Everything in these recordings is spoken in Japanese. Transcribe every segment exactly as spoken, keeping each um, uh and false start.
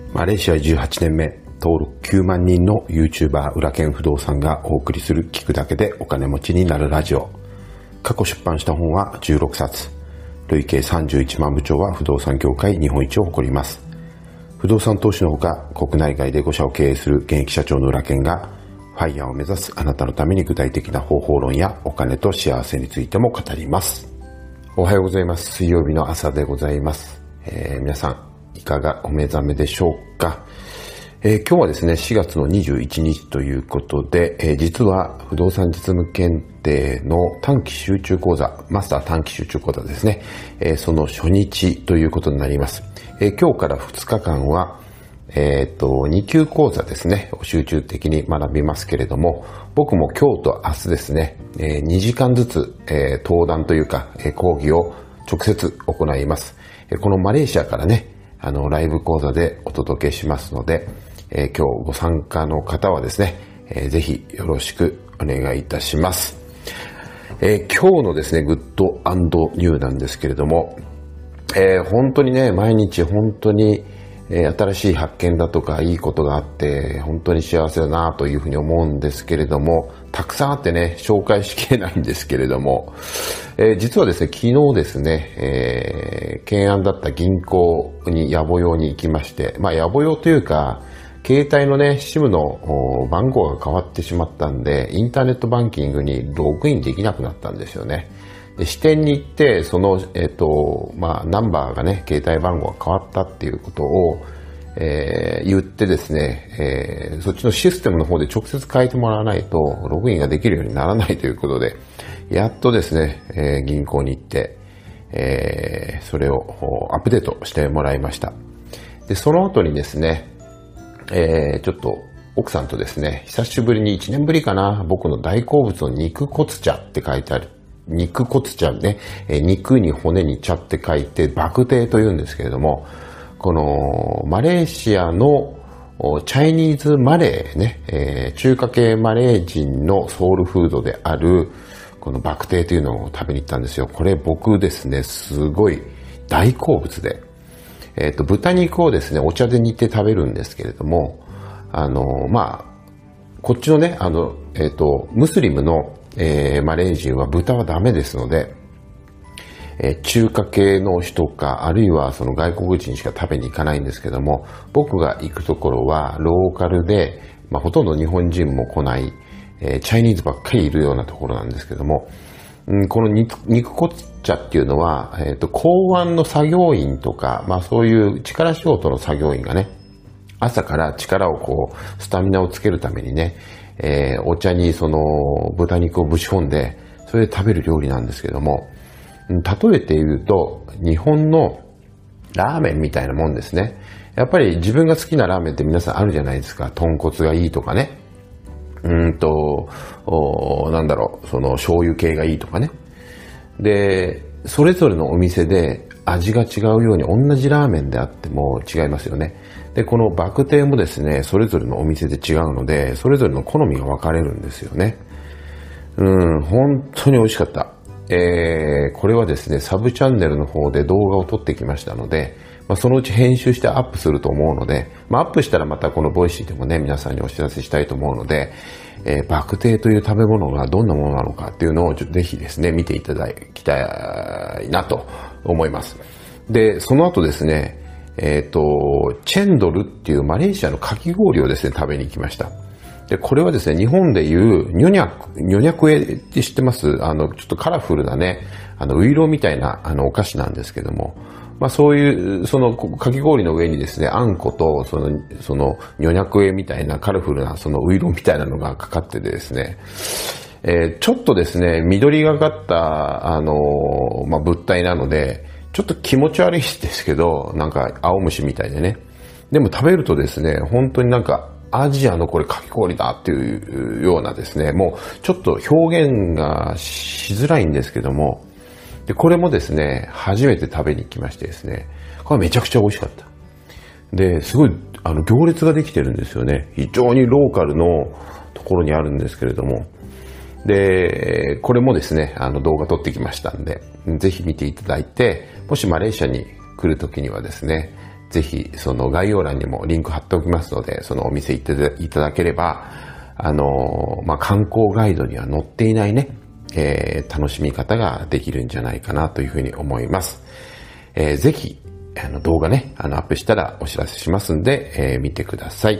マレーシアじゅうはちねんめ、登録きゅうまんにんの YouTuber 裏剣不動産がお送りする聞くだけでお金持ちになるラジオ。過去出版した本はじゅうろくさつ。累計さんじゅういちまんぶちょうは不動産業界日本一を誇ります。不動産投資のほか、国内外でご社を経営する現役社長の裏剣が、ファイヤーを目指すあなたのために具体的な方法論やお金と幸せについても語ります。おはようございます。水曜日の朝でございます。えー、皆さん、いかがお目覚めでしょうか。えー、今日はですね、しがつのにじゅういちにちということで、えー、実は不動産実務検定の短期集中講座、マスター短期集中講座ですね、えー、その初日ということになります。えー、今日からふつかかんは、えっと、に級講座ですね、集中的に学びますけれども、僕も今日と明日ですね、えー、にじかんずつ、えー、登壇というか、えー、講義を直接行います。えー、このマレーシアからね、あの、ライブ講座でお届けしますので、えー、今日ご参加の方はですね、えー、ぜひよろしくお願いいたします。えー、今日のですね、グッド&ニューなんですけれども、えー、本当にね、毎日本当に、えー、新しい発見だとかいいことがあって、本当に幸せだなというふうに思うんですけれども、たくさんあってね、紹介しきれないんですけれども、えー、実はですね、昨日ですね、えー、懸案だった銀行に野暮用に行きまして、まあ野暮用というか、携帯のね、SIM の番号が変わってしまったんで、インターネットバンキングにログインできなくなったんですよね。で、支店に行って、その、えっと、まあ、ナンバーがね、携帯番号が変わったっていうことを、えー、言ってですね、えー、そっちのシステムの方で直接変えてもらわないと、ログインができるようにならないということで、やっとですね、えー、銀行に行って、えー、それをアップデートしてもらいました。で、その後にですね、えー、ちょっと奥さんとですね、久しぶりにいちねんぶりかな、僕の大好物の肉骨茶って書いてある。肉骨茶ね、えー、肉に骨に茶って書いてバクテーと言うんですけれども、このマレーシアのチャイニーズマレーね、えー、中華系マレー人のソウルフードであるこのバクテーというのを食べに行ったんですよ。これ僕ですね、すごい大好物で、えっと、豚肉をですね、お茶で煮て食べるんですけれども、あの、まあ、こっちのね、あの、えっと、ムスリムの、えー、マレー人は豚はダメですので、えー、中華系の人か、あるいはその外国人しか食べに行かないんですけども、僕が行くところはローカルで、まあ、ほとんど日本人も来ない、えー、チャイニーズばっかりいるようなところなんですけども、うん、この肉、肉骨茶っていうのは、えっと、港湾の作業員とか、まあそういう力仕事の作業員がね、朝から力をこう、スタミナをつけるためにね、えー、お茶にその豚肉をぶち込んで、それで食べる料理なんですけども、例えて言うと、日本のラーメンみたいなもんですね。やっぱり自分が好きなラーメンって皆さんあるじゃないですか。豚骨がいいとかね。うんと、なんだろう、その醤油系がいいとかね。で、それぞれのお店で味が違うように同じラーメンであっても違いますよね。で、このバクテーもですね、それぞれのお店で違うので、それぞれの好みが分かれるんですよね。うん、本当に美味しかった。えー、これはですね、サブチャンネルの方で動画を撮ってきましたので、まあ、そのうち編集してアップすると思うので、まあ、アップしたらまたこのボイシーでもね、皆さんにお知らせしたいと思うので、えー、バクテーという食べ物がどんなものなのかっていうのをぜひですね、見ていただきたいなと思います。で、その後ですね、えっと、チェンドルっていうマレーシアのかき氷をですね、食べに行きました。で、これはですね、日本でいうニョニャク、ニョニャクエって知ってます？あの、ちょっとカラフルなね、あの、ウイロみたいな、あの、お菓子なんですけども、まあそういう、その、かき氷の上にですね、あんこと、その、その、ニョニャクエみたいなカラフルな、そのウイロみたいなのがかかっててですね、えー、ちょっとですね、緑がかった、あの、まあ物体なので、ちょっと気持ち悪いですけど、なんか青虫みたいでね。でも食べるとですね、本当になんか、アジアのこれかき氷だっていうようなですね、もうちょっと表現がしづらいんですけども、で、これもですね、初めて食べに行きましてですね、これめちゃくちゃ美味しかった。で、すごい、あの、行列ができてるんですよね。非常にローカルのところにあるんですけれども、で、これもですね、あの動画撮ってきましたんで、ぜひ見ていただいて、もしマレーシアに来るときにはですね、 ぜひその概要欄にもリンク貼っておきますので、そのお店行っていただければ、あの、まあ、観光ガイドには載っていないね、えー、楽しみ方ができるんじゃないかなというふうに思います。えー、ぜひ、あの動画ね、あのアップしたらお知らせしますんで、えー、見てください。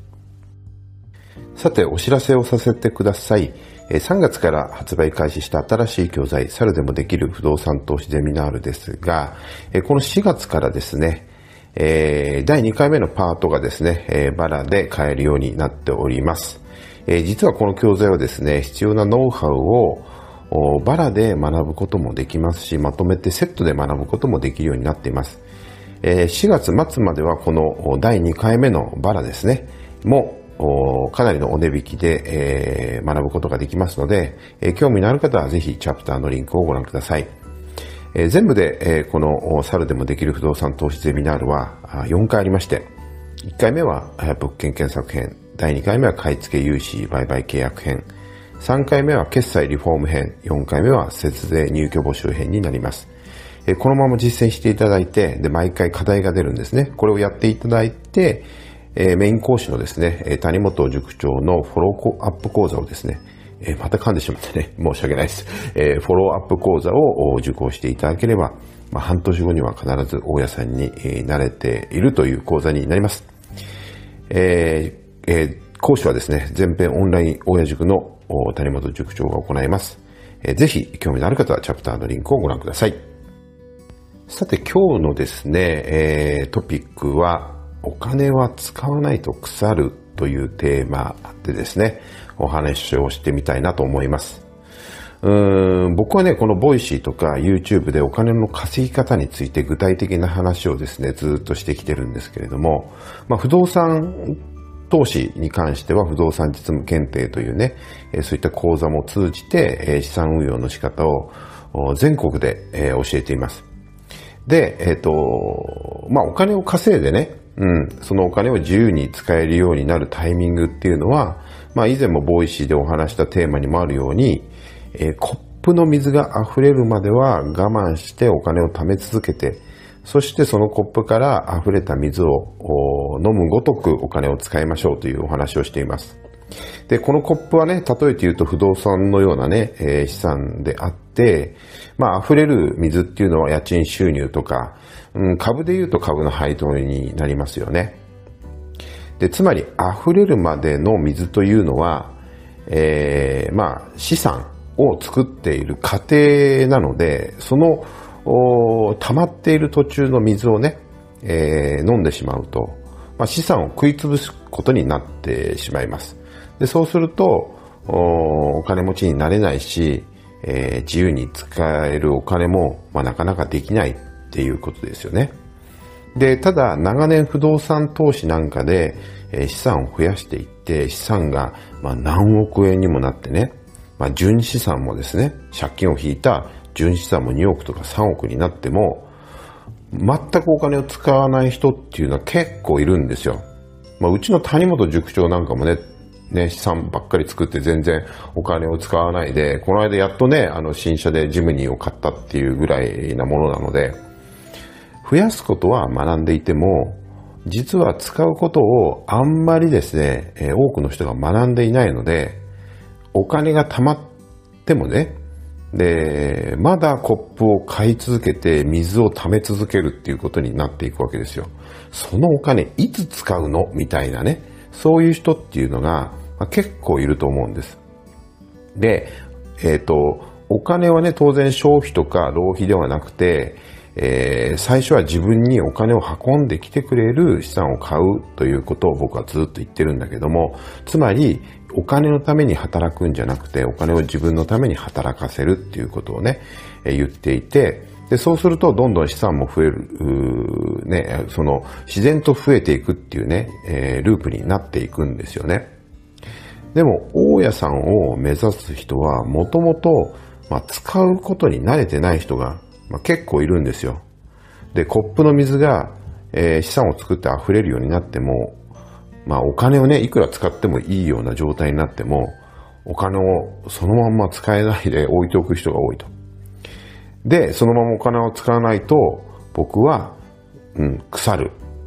さて、お知らせをさせてください。さんがつから発売開始した新しい教材、猿でもできる不動産投資ゼミナールですが、このしがつからですね、だいにかいめのパートがですね、バラで買えるようになっております。実はこの教材はですね、必要なノウハウをバラで学ぶこともできますし、まとめてセットで学ぶこともできるようになっています。しがつまつまではこのだいにかいめのバラですね、もかなりのお値引きで、えー、学ぶことができますので、えー、興味のある方はぜひチャプターのリンクをご覧ください。えー、全部で、えー、この猿でもできる不動産投資ゼミナールはよんかいありまして、いっかいめは物件検索編、だいにかいめは買い付け融資売買契約編、さんかいめは決済リフォーム編、よんかいめは節税入居募集編になります。えー、このまま実践していただいて、で毎回課題が出るんですね。これをやっていただいて、えー、メイン講師のですね、谷本塾長のフォローアップ講座をですね、えー、また噛んでしまってね、申し訳ないです。えー、フォローアップ講座を受講していただければ、まあ、半年後には必ず大家さんに、えー、慣れているという講座になります。えーえー、講師はですね、全編オンライン大家塾の谷本塾長が行います。えー、ぜひ興味のある方はチャプターのリンクをご覧ください。さて今日のですね、えー、トピックは、お金は使わないと腐るというテーマでですね、お話をしてみたいなと思います。うーん、僕はね、このボイシーとか YouTube でお金の稼ぎ方について具体的な話をですね、ずっとしてきてるんですけれども、まあ、不動産投資に関しては不動産実務検定というね、そういった講座も通じて資産運用の仕方を全国で教えています。で、えっと、まあ、お金を稼いでね、うん、そのお金を自由に使えるようになるタイミングっていうのは、まあ以前もボイシーでお話したテーマにもあるように、えー、コップの水が溢れるまでは我慢してお金を貯め続けて、そしてそのコップから溢れた水を飲むごとくお金を使いましょうというお話をしています。で、このコップはね、例えて言うと不動産のようなね、えー、資産であって、まあ溢れる水っていうのは家賃収入とか、うん、株で言うと株の配当になりますよね。で、つまり溢れるまでの水というのは、えー、まあ資産を作っている過程なので、その溜まっている途中の水をね、えー、飲んでしまうと、まあ、資産を食い潰すことになってしまいます。で、そうすると、お, お金持ちになれないし、えー、自由に使えるお金も、まあ、なかなかできないっていうことですよね。で、ただ長年不動産投資なんかで、えー、資産を増やしていって、資産が、まあ、何億円にもなってね、まあ、純資産もですね、借金を引いた純資産もにおくとかさんおくになっても、全くお金を使わない人っていうのは結構いるんですよ。まあ、うちの谷本塾長なんかもね、ね、資産ばっかり作って全然お金を使わないで、この間やっとね、あの新車でジムニーを買ったっていうぐらいなものなので、増やすことは学んでいても、実は使うことをあんまりですね、えー、多くの人が学んでいないので、お金が貯まってもね、で、まだコップを買い続けて水を溜め続けるっていうことになっていくわけですよ。そのお金いつ使うのみたいなね、そういう人っていうのが、まあ、結構いると思うんです。で、えっと、お金はね、当然消費とか浪費ではなくて、えー、最初は自分にお金を運んできてくれる資産を買うということを僕はずっと言ってるんだけども、つまりお金のために働くんじゃなくて、お金を自分のために働かせるっていうことをね、えー、言っていて、で、そうするとどんどん資産も増える、ね、その自然と増えていくっていうね、えー、ループになっていくんですよね。でも、大家さんを目指す人は、もともと、まあ、使うことに慣れてない人が、まあ、結構いるんですよ。で、コップの水が、えー、資産を作って溢れるようになっても、まあ、お金をね、いくら使ってもいいような状態になっても、お金をそのまんま使えないで置いておく人が多いと。で、そのままお金を使わないと、僕は、うん、腐る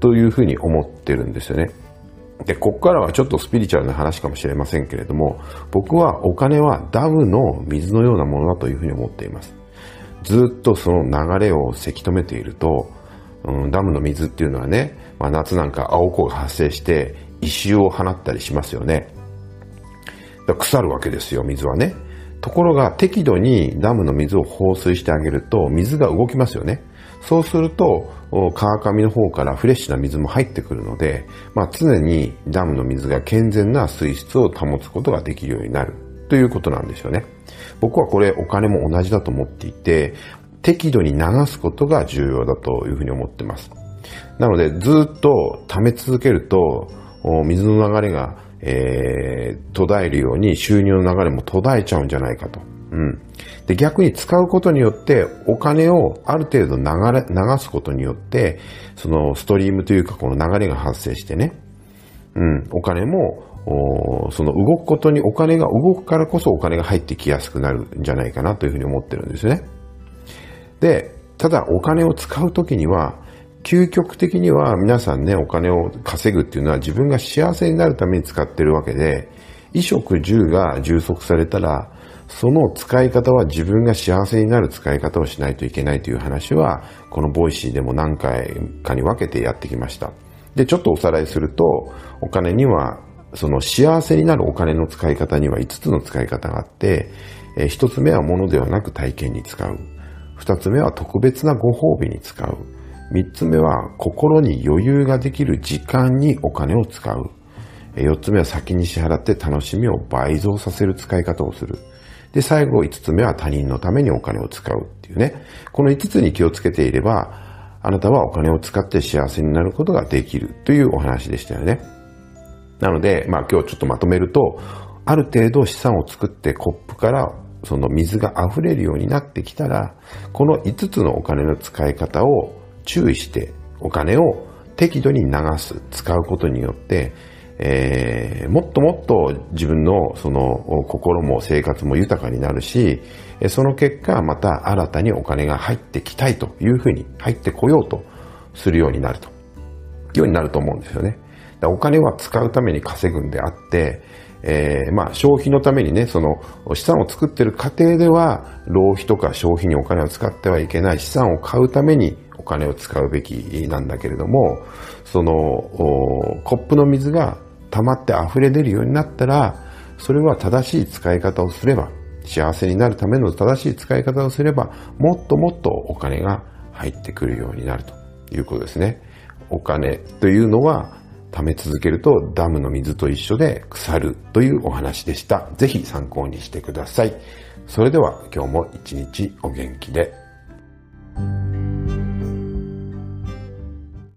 というふうに思ってるんですよね。で、ここからはちょっとスピリチュアルな話かもしれませんけれども、僕はお金はダムの水のようなものだというふうに思っています。ずっとその流れをせき止めていると、うん、ダムの水っていうのはね、まあ、夏なんか青子が発生して異臭を放ったりしますよね。だから腐るわけですよ、水はね。ところが適度にダムの水を放水してあげると水が動きますよね。そうすると川上の方からフレッシュな水も入ってくるので、まあ、常にダムの水が健全な水質を保つことができるようになるということなんですよね。僕はこれお金も同じだと思っていて、適度に流すことが重要だというふうに思ってます。なのでずっと溜め続けると水の流れが、えー、途絶えるように収入の流れも途絶えちゃうんじゃないかと。うん。で、逆に使うことによってお金をある程度流れ、流すことによって、そのストリームというかこの流れが発生してね、うん、お金も、その動くことにお金が動くからこそお金が入ってきやすくなるんじゃないかなというふうに思ってるんですね。で、ただお金を使うときには、究極的には皆さんね、お金を稼ぐっていうのは自分が幸せになるために使ってるわけで、衣食住が充足されたら、その使い方は自分が幸せになる使い方をしないといけないという話は、このボイシーでも何回かに分けてやってきました。で、ちょっとおさらいすると、お金には、その幸せになるお金の使い方にはいつつの使い方があって、えー、ひとつめは物ではなく体験に使う。ふたつめは特別なご褒美に使う。みっつめは心に余裕ができる時間にお金を使う。よっつめは先に支払って楽しみを倍増させる使い方をする。で、最後いつつめは他人のためにお金を使うっていうね。このいつつに気をつけていれば、あなたはお金を使って幸せになることができるというお話でしたよね。なので、まあ今日ちょっとまとめると、ある程度資産を作ってコップからその水が溢れるようになってきたら、このいつつのお金の使い方を注意してお金を適度に流す、使うことによって、えー、もっともっと自分のその心も生活も豊かになるし、その結果また新たにお金が入ってきたいというふうに入ってこようとするようになると、ようになると思うんですよね。だからお金は使うために稼ぐんであって、えー、まあ消費のためにね、その資産を作っている過程では浪費とか消費にお金を使ってはいけない、資産を買うためにお金を使うべきなんだけれども、そのコップの水が溜まって溢れ出るようになったら、それは正しい使い方をすれば、幸せになるための正しい使い方をすれば、もっともっとお金が入ってくるようになるということですね。お金というのは溜め続けるとダムの水と一緒で腐るというお話でした。ぜひ参考にしてください。それでは今日も一日お元気で。